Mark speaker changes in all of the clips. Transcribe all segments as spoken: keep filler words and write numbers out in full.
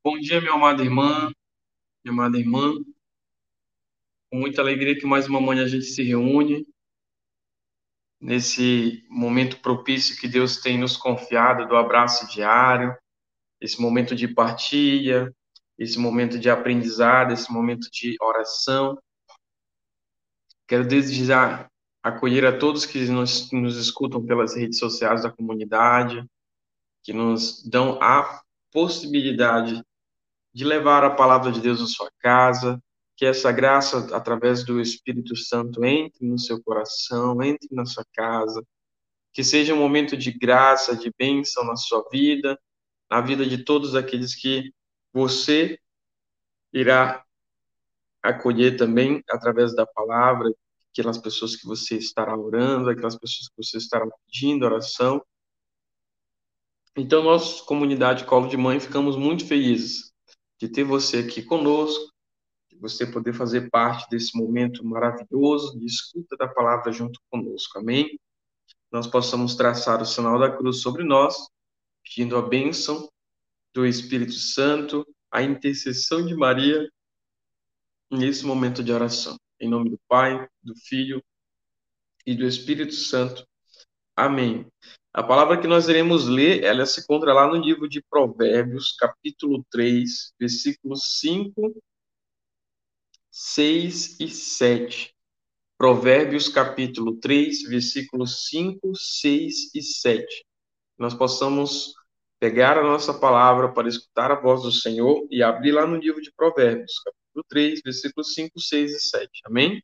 Speaker 1: Bom dia, minha amada irmã, minha amada irmã. Com muita alegria que mais uma manhã a gente se reúne nesse momento propício que Deus tem nos confiado do abraço diário, esse momento de partilha, esse momento de aprendizado, esse momento de oração. Quero desde já acolher a todos que nos, nos escutam pelas redes sociais da comunidade, que nos dão a possibilidade de levar a palavra de Deus à sua casa, que essa graça, através do Espírito Santo, entre no seu coração, entre na sua casa, que seja um momento de graça, de bênção na sua vida, na vida de todos aqueles que você irá acolher também através da palavra, aquelas pessoas que você estará orando, aquelas pessoas que você estará pedindo oração. Então, nós, comunidade Colo de Mãe, ficamos muito felizes de ter você aqui conosco, você poder fazer parte desse momento maravilhoso de escuta da palavra junto conosco. Amém? Nós possamos traçar o sinal da cruz sobre nós, pedindo a bênção do Espírito Santo, a intercessão de Maria nesse momento de oração. Em nome do Pai, do Filho e do Espírito Santo. Amém. A palavra que nós iremos ler, ela se encontra lá no livro de Provérbios, capítulo três, versículos cinco, seis e sete. Provérbios capítulo três, versículos cinco, seis e sete. Nós possamos pegar a nossa palavra para escutar a voz do Senhor e abrir lá no livro de Provérbios, capítulo três, versículos cinco, seis e sete. Amém?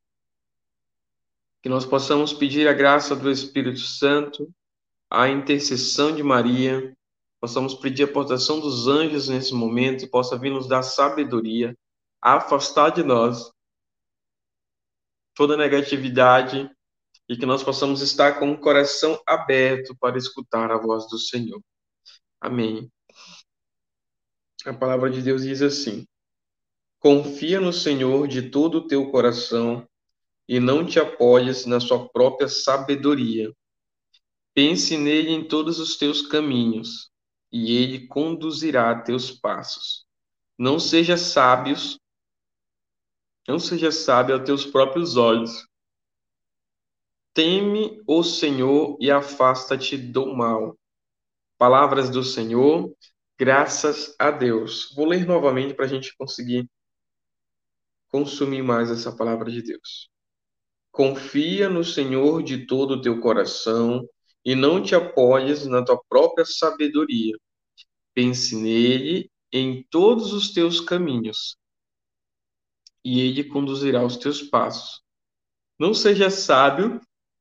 Speaker 1: Que nós possamos pedir a graça do Espírito Santo, a intercessão de Maria, possamos pedir a proteção dos anjos nesse momento e possa vir nos dar sabedoria, afastar de nós toda negatividade, e que nós possamos estar com o coração aberto para escutar a voz do Senhor. Amém. A palavra de Deus diz assim: confia no Senhor de todo o teu coração e não te apoies na sua própria sabedoria. Pense nele em todos os teus caminhos e ele conduzirá teus passos. Não seja sábios, não seja sábio aos teus próprios olhos. Teme o Senhor e afasta-te do mal. Palavras do Senhor, graças a Deus. Vou ler novamente para a gente conseguir consumir mais essa palavra de Deus. Confia no Senhor de todo o teu coração e não te apoies na tua própria sabedoria. Pense nele em todos os teus caminhos e ele conduzirá os teus passos. Não seja sábio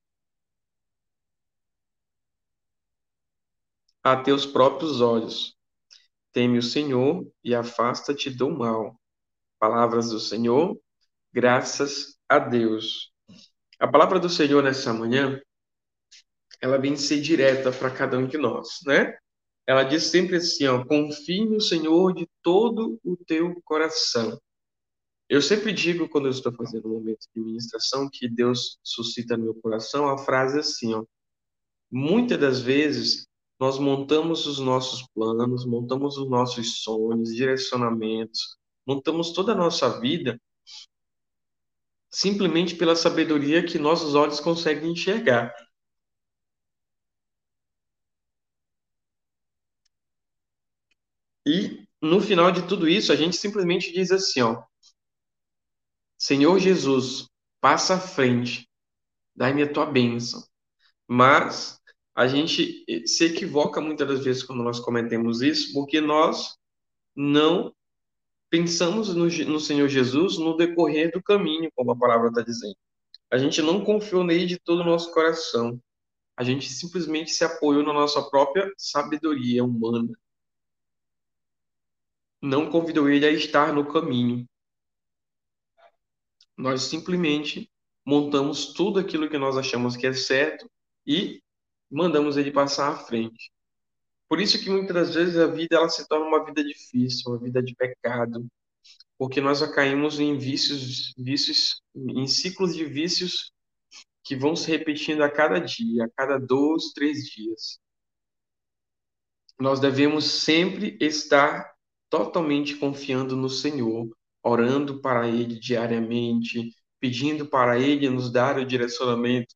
Speaker 1: a teus próprios olhos. Teme o Senhor e afasta-te do mal. Palavras do Senhor, graças a Deus. A palavra do Senhor nessa manhã, ela vem ser direta para cada um de nós, né? Ela diz sempre assim, ó, confie no Senhor de todo o teu coração. Eu sempre digo, quando eu estou fazendo um momento de ministração, que Deus suscita no meu coração a frase assim, ó, muitas das vezes nós montamos os nossos planos, montamos os nossos sonhos, direcionamentos, montamos toda a nossa vida simplesmente pela sabedoria que nossos olhos conseguem enxergar. E no final de tudo isso, a gente simplesmente diz assim, ó, Senhor Jesus, passa à frente, dai-me a tua bênção. Mas a gente se equivoca muitas das vezes quando nós cometemos isso, porque nós não pensamos no, no Senhor Jesus no decorrer do caminho, como a palavra está dizendo. A gente não confiou nele de todo o nosso coração. A gente simplesmente se apoiou na nossa própria sabedoria humana. Não convidou ele a estar no caminho. Nós simplesmente montamos tudo aquilo que nós achamos que é certo e mandamos ele passar à frente. Por isso que muitas das vezes a vida ela se torna uma vida difícil, uma vida de pecado, porque nós já caímos em vícios, vícios, em ciclos de vícios que vão se repetindo a cada dia, a cada dois, três dias. Nós devemos sempre estar totalmente confiando no Senhor, orando para Ele diariamente, pedindo para Ele nos dar o direcionamento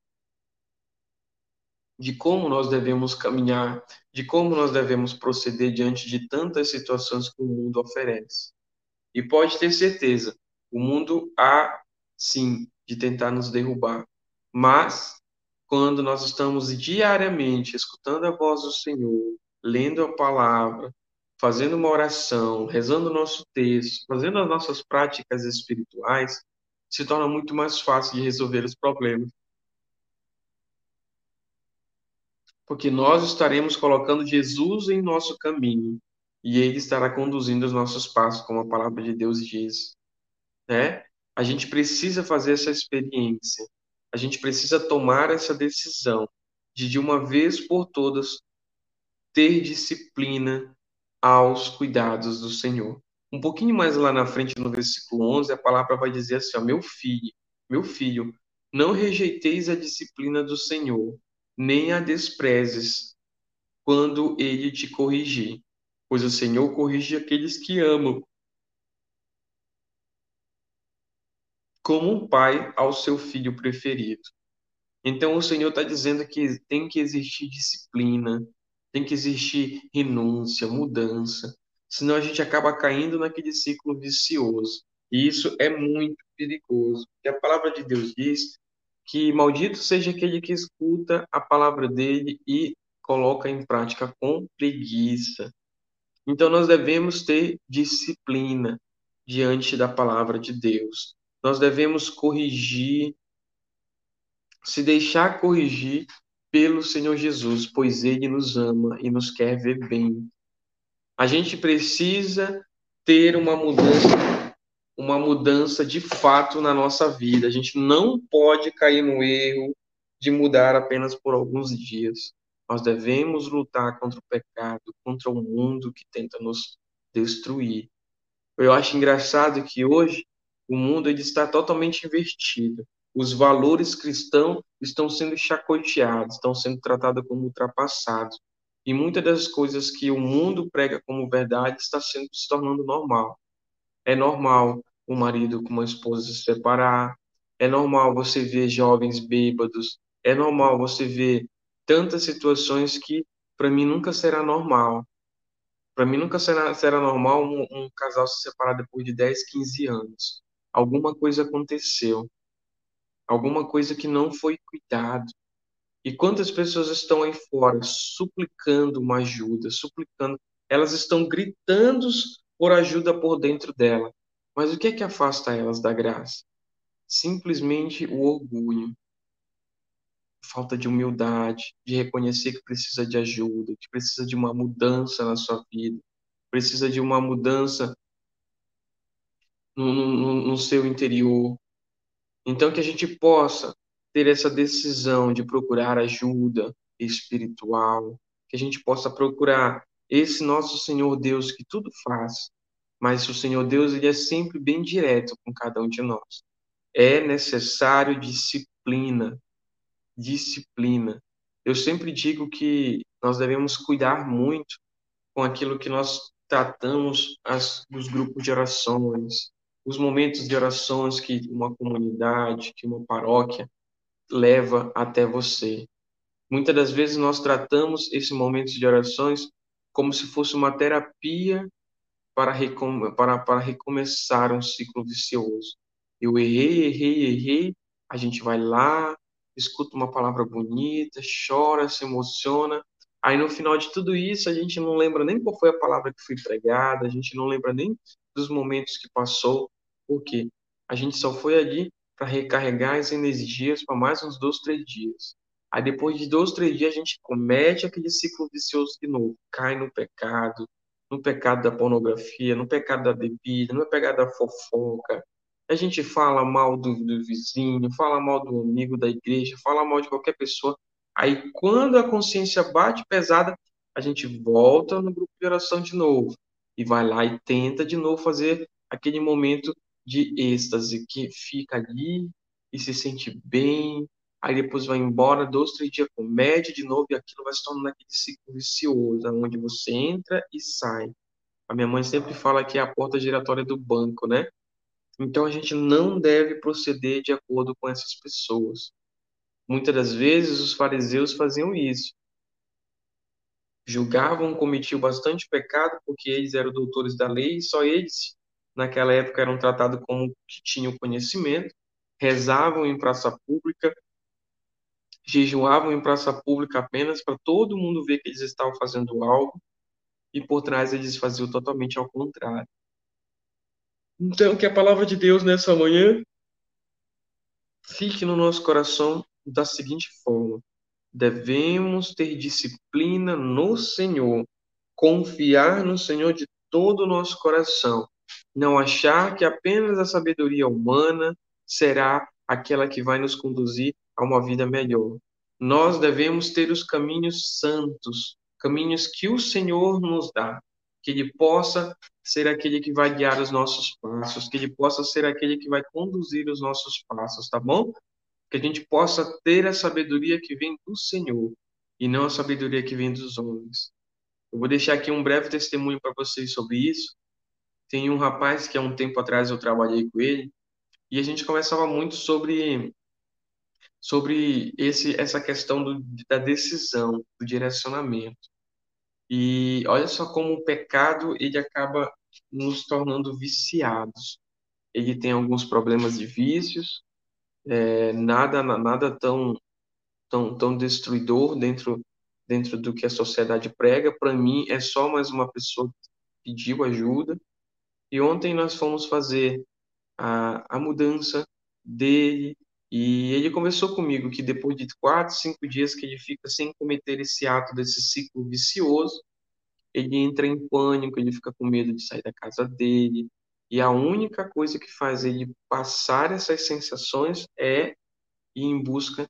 Speaker 1: de como nós devemos caminhar, de como nós devemos proceder diante de tantas situações que o mundo oferece. E pode ter certeza, o mundo há sim de tentar nos derrubar, mas quando nós estamos diariamente escutando a voz do Senhor, lendo a palavra, fazendo uma oração, rezando o nosso texto, fazendo as nossas práticas espirituais, se torna muito mais fácil de resolver os problemas. Porque nós estaremos colocando Jesus em nosso caminho e Ele estará conduzindo os nossos passos, como a palavra de Deus diz, né? A gente precisa fazer essa experiência, a gente precisa tomar essa decisão de, de uma vez por todas, ter disciplina aos cuidados do Senhor. Um pouquinho mais lá na frente, no versículo onze, a palavra vai dizer assim, ó, meu filho, meu filho, não rejeiteis a disciplina do Senhor, nem a desprezes quando ele te corrigir, pois o Senhor corrige aqueles que amam, como um pai ao seu filho preferido. Então o Senhor está dizendo que tem que existir disciplina, tem que existir renúncia, mudança, senão a gente acaba caindo naquele ciclo vicioso. E isso é muito perigoso, porque a palavra de Deus diz que maldito seja aquele que escuta a palavra dele e coloca em prática com preguiça. Então, nós devemos ter disciplina diante da palavra de Deus. Nós devemos corrigir, se deixar corrigir pelo Senhor Jesus, pois Ele nos ama e nos quer ver bem. A gente precisa ter uma mudança, uma mudança de fato na nossa vida. A gente não pode cair no erro de mudar apenas por alguns dias. Nós devemos lutar contra o pecado, contra o mundo que tenta nos destruir. Eu acho engraçado que hoje o mundo ele está totalmente invertido. Os valores cristãos estão sendo chacoteados, estão sendo tratados como ultrapassados. E muitas das coisas que o mundo prega como verdade está sendo se tornando normal. É normal o marido com uma esposa se separar, é normal você ver jovens bêbados, é normal você ver tantas situações que para mim nunca será normal. Para mim nunca será, será normal um, um casal se separar depois de dez, quinze anos. Alguma coisa aconteceu, alguma coisa que não foi cuidado. E quantas pessoas estão aí fora suplicando uma ajuda, suplicando, elas estão gritando por ajuda por dentro dela. Mas o que é que afasta elas da graça? Simplesmente o orgulho, falta de humildade, de reconhecer que precisa de ajuda, que precisa de uma mudança na sua vida, precisa de uma mudança no, no, no seu interior. Então, que a gente possa ter essa decisão de procurar ajuda espiritual, que a gente possa procurar esse nosso Senhor Deus que tudo faz, mas o Senhor Deus ele é sempre bem direto com cada um de nós. É necessário disciplina, disciplina. Eu sempre digo que nós devemos cuidar muito com aquilo que nós tratamos as, os grupos de orações, os momentos de orações que uma comunidade, que uma paróquia leva até você. Muitas das vezes nós tratamos esses momentos de orações como se fosse uma terapia para, recom para, para recomeçar um ciclo vicioso. Eu errei, errei, errei, a gente vai lá, escuta uma palavra bonita, chora, se emociona. Aí no final de tudo isso, a gente não lembra nem qual foi a palavra que foi pregada, a gente não lembra nem dos momentos que passou, porque a gente só foi ali para recarregar as energias para mais uns dois, três dias. Aí depois de dois, três dias, a gente comete aquele ciclo vicioso de novo, cai no pecado, no pecado da pornografia, no pecado da bebida, no pecado da fofoca. A gente fala mal do, do vizinho, fala mal do amigo da igreja, fala mal de qualquer pessoa. Aí, quando a consciência bate pesada, a gente volta no grupo de oração de novo e vai lá e tenta de novo fazer aquele momento de êxtase que fica ali e se sente bem. Aí depois vai embora, dois, três dias comete de novo e aquilo vai se tornando aquele ciclo vicioso, onde você entra e sai. A minha mãe sempre fala que é a porta giratória do banco, né? Então a gente não deve proceder de acordo com essas pessoas. Muitas das vezes os fariseus faziam isso. Julgavam, cometiam bastante pecado porque eles eram doutores da lei e só eles, naquela época, eram tratados como que tinham conhecimento, rezavam em praça pública, jejuavam em praça pública apenas para todo mundo ver que eles estavam fazendo algo e por trás eles faziam totalmente ao contrário. Então, que a palavra de Deus nessa manhã fique no nosso coração da seguinte forma: devemos ter disciplina no Senhor, confiar no Senhor de todo o nosso coração, não achar que apenas a sabedoria humana será aquela que vai nos conduzir a uma vida melhor. Nós devemos ter os caminhos santos, caminhos que o Senhor nos dá, que Ele possa ser aquele que vai guiar os nossos passos, que Ele possa ser aquele que vai conduzir os nossos passos, tá bom? Que a gente possa ter a sabedoria que vem do Senhor e não a sabedoria que vem dos homens. Eu vou deixar aqui um breve testemunho para vocês sobre isso. Tem um rapaz que há um tempo atrás eu trabalhei com ele e a gente conversava muito sobre sobre esse essa questão do, da decisão, do direcionamento. E olha só como o pecado ele acaba nos tornando viciados. Ele tem alguns problemas de vícios, é, nada nada tão tão, tão destruidor dentro, dentro do que a sociedade prega. Para mim, é só mais uma pessoa que pediu ajuda. E ontem nós fomos fazer a, a mudança dele. E ele conversou comigo que depois de quatro, cinco dias que ele fica sem cometer esse ato, desse ciclo vicioso, ele entra em pânico, ele fica com medo de sair da casa dele. E a única coisa que faz ele passar essas sensações é ir em busca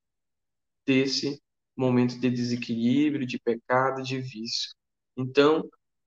Speaker 1: desse momento de desequilíbrio, de pecado, de vício. Então,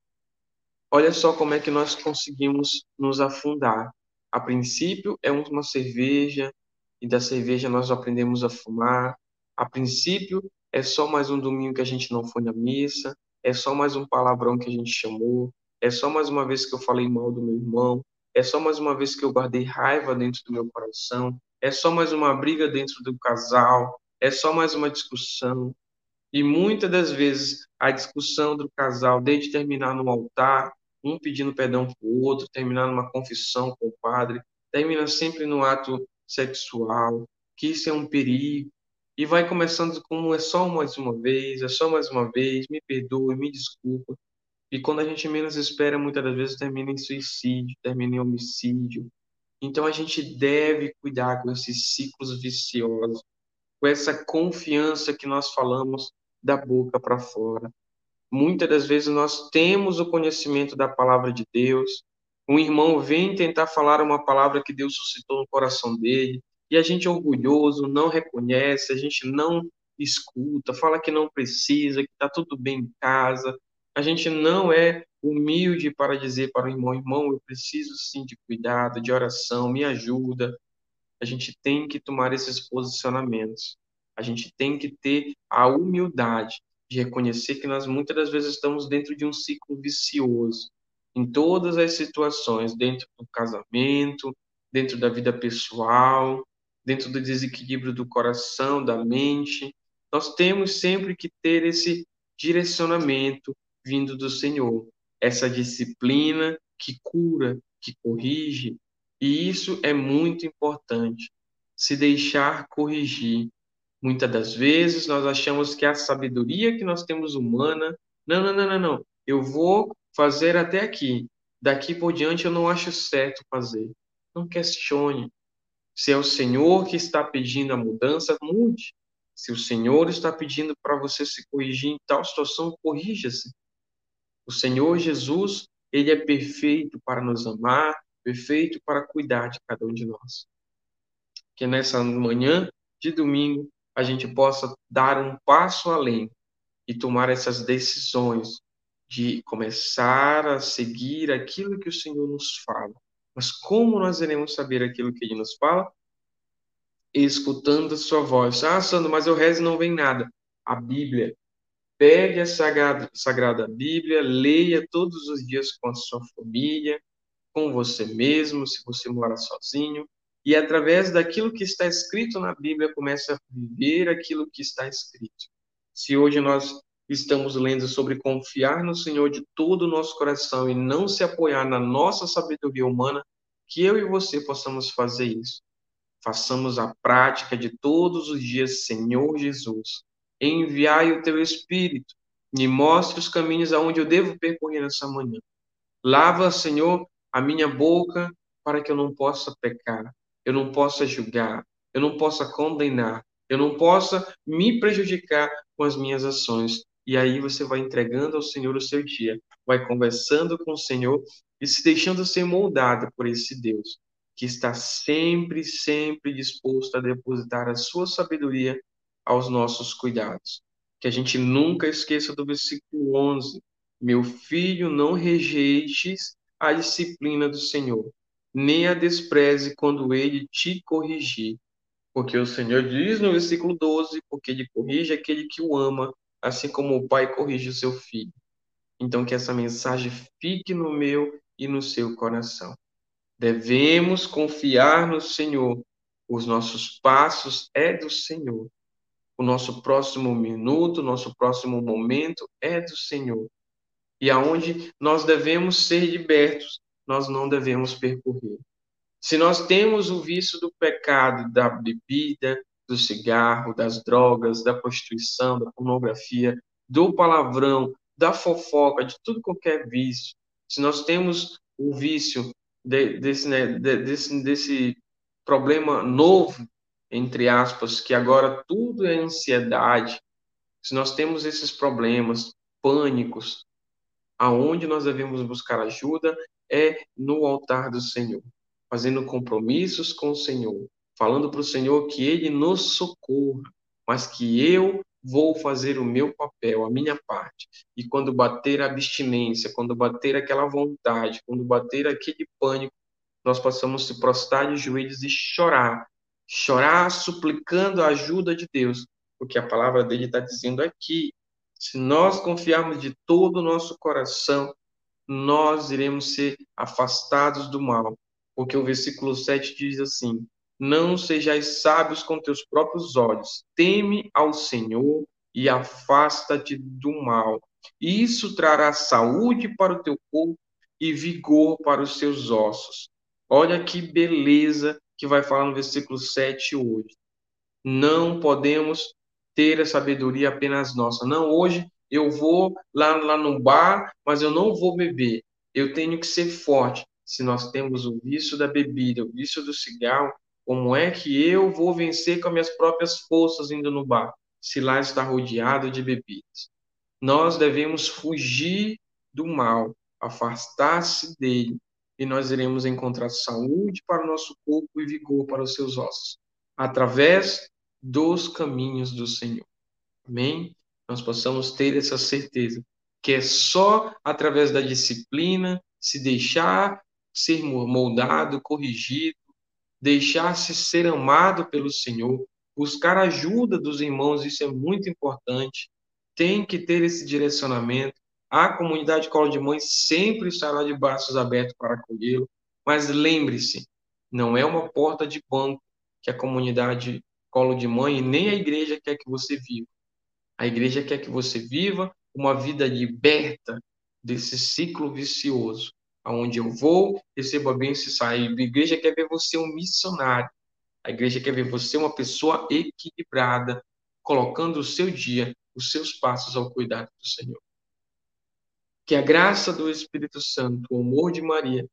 Speaker 1: olha só como é que nós conseguimos nos afundar. A princípio é uma cerveja, e da cerveja nós aprendemos a fumar. A princípio é só mais um domingo que a gente não foi na missa, é só mais um palavrão que a gente chamou, é só mais uma vez que eu falei mal do meu irmão, é só mais uma vez que eu guardei raiva dentro do meu coração, é só mais uma briga dentro do casal, é só mais uma discussão. E muitas das vezes a discussão do casal, desde terminar no altar, um pedindo perdão para o outro, terminar numa confissão com o padre, termina sempre no ato sexual, que isso é um perigo. E vai começando como é só mais uma vez, é só mais uma vez, me perdoe, me desculpa. E quando a gente menos espera, muitas das vezes termina em suicídio, termina em homicídio. Então a gente deve cuidar com esses ciclos viciosos, com essa confiança que nós falamos da boca para fora. Muitas das vezes nós temos o conhecimento da palavra de Deus. Um irmão vem tentar falar uma palavra que Deus suscitou no coração dele, e a gente é orgulhoso, não reconhece, a gente não escuta, fala que não precisa, que está tudo bem em casa. A gente não é humilde para dizer para o irmão: irmão, eu preciso sim de cuidado, de oração, me ajuda. A gente tem que tomar esses posicionamentos. A gente tem que ter a humildade de reconhecer que nós muitas das vezes estamos dentro de um ciclo vicioso, em todas as situações, dentro do casamento, dentro da vida pessoal, dentro do desequilíbrio do coração, da mente. Nós temos sempre que ter esse direcionamento vindo do Senhor, essa disciplina que cura, que corrige, e isso é muito importante, se deixar corrigir. Muitas das vezes nós achamos que a sabedoria que nós temos humana, não, não, não, não, não. Eu vou fazer até aqui. Daqui por diante eu não acho certo fazer. Não questione. Se é o Senhor que está pedindo a mudança, mude. Se o Senhor está pedindo para você se corrigir em tal situação, corrija-se. O Senhor Jesus, ele é perfeito para nos amar, perfeito para cuidar de cada um de nós. Que nessa manhã de domingo a gente possa dar um passo além e tomar essas decisões de começar a seguir aquilo que o Senhor nos fala. Mas como nós iremos saber aquilo que ele nos fala? Escutando a sua voz. Ah, Sandro, mas eu rezo e não vem nada. A Bíblia Pegue a Sagrada, Sagrada Bíblia, leia todos os dias com a sua família, com você mesmo, se você mora sozinho, e através daquilo que está escrito na Bíblia, comece a viver aquilo que está escrito. Se hoje nós estamos lendo sobre confiar no Senhor de todo o nosso coração e não se apoiar na nossa sabedoria humana, que eu e você possamos fazer isso. Façamos a prática de todos os dias, Senhor Jesus. Enviai o teu Espírito, me mostre os caminhos aonde eu devo percorrer nessa manhã. Lava, Senhor, a minha boca para que eu não possa pecar, eu não possa julgar, eu não possa condenar, eu não possa me prejudicar com as minhas ações. E aí você vai entregando ao Senhor o seu dia, vai conversando com o Senhor e se deixando ser moldado por esse Deus que está sempre, sempre disposto a depositar a sua sabedoria aos nossos cuidados. Que a gente nunca esqueça do versículo onze. Meu filho, não rejeites a disciplina do Senhor, nem a despreze quando ele te corrigir. Porque o Senhor diz no versículo doze, porque ele corrige aquele que o ama, assim como o pai corrige o seu filho. Então, que essa mensagem fique no meu e no seu coração. Devemos confiar no Senhor. Os nossos passos é do Senhor. O nosso próximo minuto, o nosso próximo momento é do Senhor. E aonde nós devemos ser libertos, nós não devemos percorrer. Se nós temos o vício do pecado, da bebida, do cigarro, das drogas, da prostituição, da pornografia, do palavrão, da fofoca, de tudo qualquer vício, se nós temos o vício de, desse, né, de, desse, desse problema novo, entre aspas, que agora tudo é ansiedade, se nós temos esses problemas, pânicos, aonde nós devemos buscar ajuda é no altar do Senhor, fazendo compromissos com o Senhor, falando para o Senhor que Ele nos socorra, mas que eu vou fazer o meu papel, a minha parte. E quando bater a abstinência, quando bater aquela vontade, quando bater aquele pânico, nós possamos se prostrar de joelhos e chorar, chorar suplicando a ajuda de Deus, porque a palavra dele está dizendo aqui, se nós confiarmos de todo o nosso coração, nós iremos ser afastados do mal. Porque o versículo sete diz assim: não sejais sábios com teus próprios olhos, teme ao Senhor e afasta-te do mal. Isso trará saúde para o teu corpo e vigor para os seus ossos. Olha que beleza que vai falar no versículo sete hoje. Não podemos ter a sabedoria apenas nossa. Não, hoje eu vou lá, lá no bar, mas eu não vou beber. Eu tenho que ser forte. Se nós temos o vício da bebida, o vício do cigarro, como é que eu vou vencer com as minhas próprias forças indo no bar, se lá está rodeado de bebidas? Nós devemos fugir do mal, afastar-se dele, e nós iremos encontrar saúde para o nosso corpo e vigor para os seus ossos, através dos caminhos do Senhor. Amém? Nós possamos ter essa certeza que é só através da disciplina, se deixar ser moldado, corrigido, deixar-se ser amado pelo Senhor, buscar a ajuda dos irmãos, isso é muito importante. Tem que ter esse direcionamento. A comunidade Colo de Mãe sempre estará de braços abertos para acolhê-lo, mas lembre-se, não é uma porta de banco que a comunidade Colo de Mãe e nem a igreja quer que você viva. A igreja quer que você viva uma vida liberta desse ciclo vicioso, aonde eu vou, recebo a bênção e saio. A igreja quer ver você um missionário. A igreja quer ver você uma pessoa equilibrada, colocando o seu dia, os seus passos ao cuidado do Senhor. Que a graça do Espírito Santo, o amor de Maria,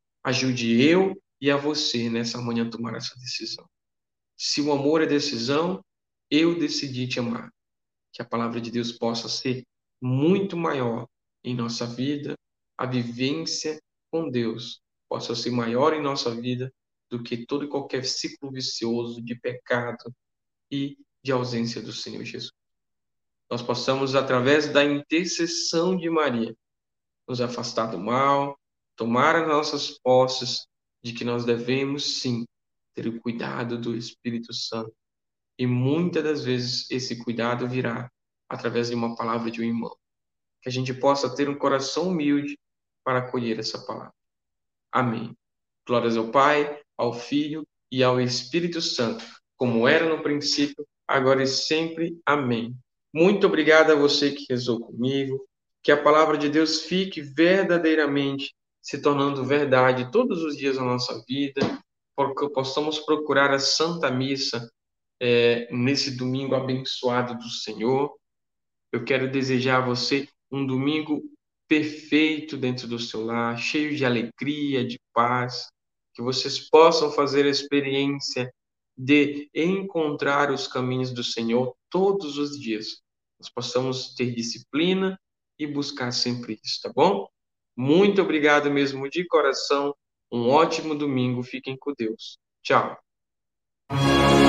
Speaker 1: ajude eu e a você nessa manhã a tomar essa decisão. Se o amor é decisão, eu decidi te amar. Que a palavra de Deus possa ser muito maior em nossa vida, a vivência com Deus possa ser maior em nossa vida do que todo e qualquer ciclo vicioso de pecado e de ausência do Senhor Jesus. Nós possamos, através da intercessão de Maria, nos afastar do mal, tomar as nossas posses de que nós devemos, sim, ter o cuidado do Espírito Santo. E muitas das vezes esse cuidado virá através de uma palavra de um irmão. Que a gente possa ter um coração humilde para acolher essa palavra. Amém. Glórias ao Pai, ao Filho e ao Espírito Santo, como era no princípio, agora e sempre. Amém. Muito obrigado a você que rezou comigo. Que a palavra de Deus fique verdadeiramente se tornando verdade todos os dias da nossa vida, porque possamos procurar a Santa Missa é, nesse domingo abençoado do Senhor. Eu quero desejar a você um domingo perfeito dentro do seu lar, cheio de alegria, de paz, que vocês possam fazer a experiência de encontrar os caminhos do Senhor todos os dias. Nós possamos ter disciplina e buscar sempre isso, tá bom? Muito obrigado mesmo de coração. Um ótimo domingo. Fiquem com Deus. Tchau.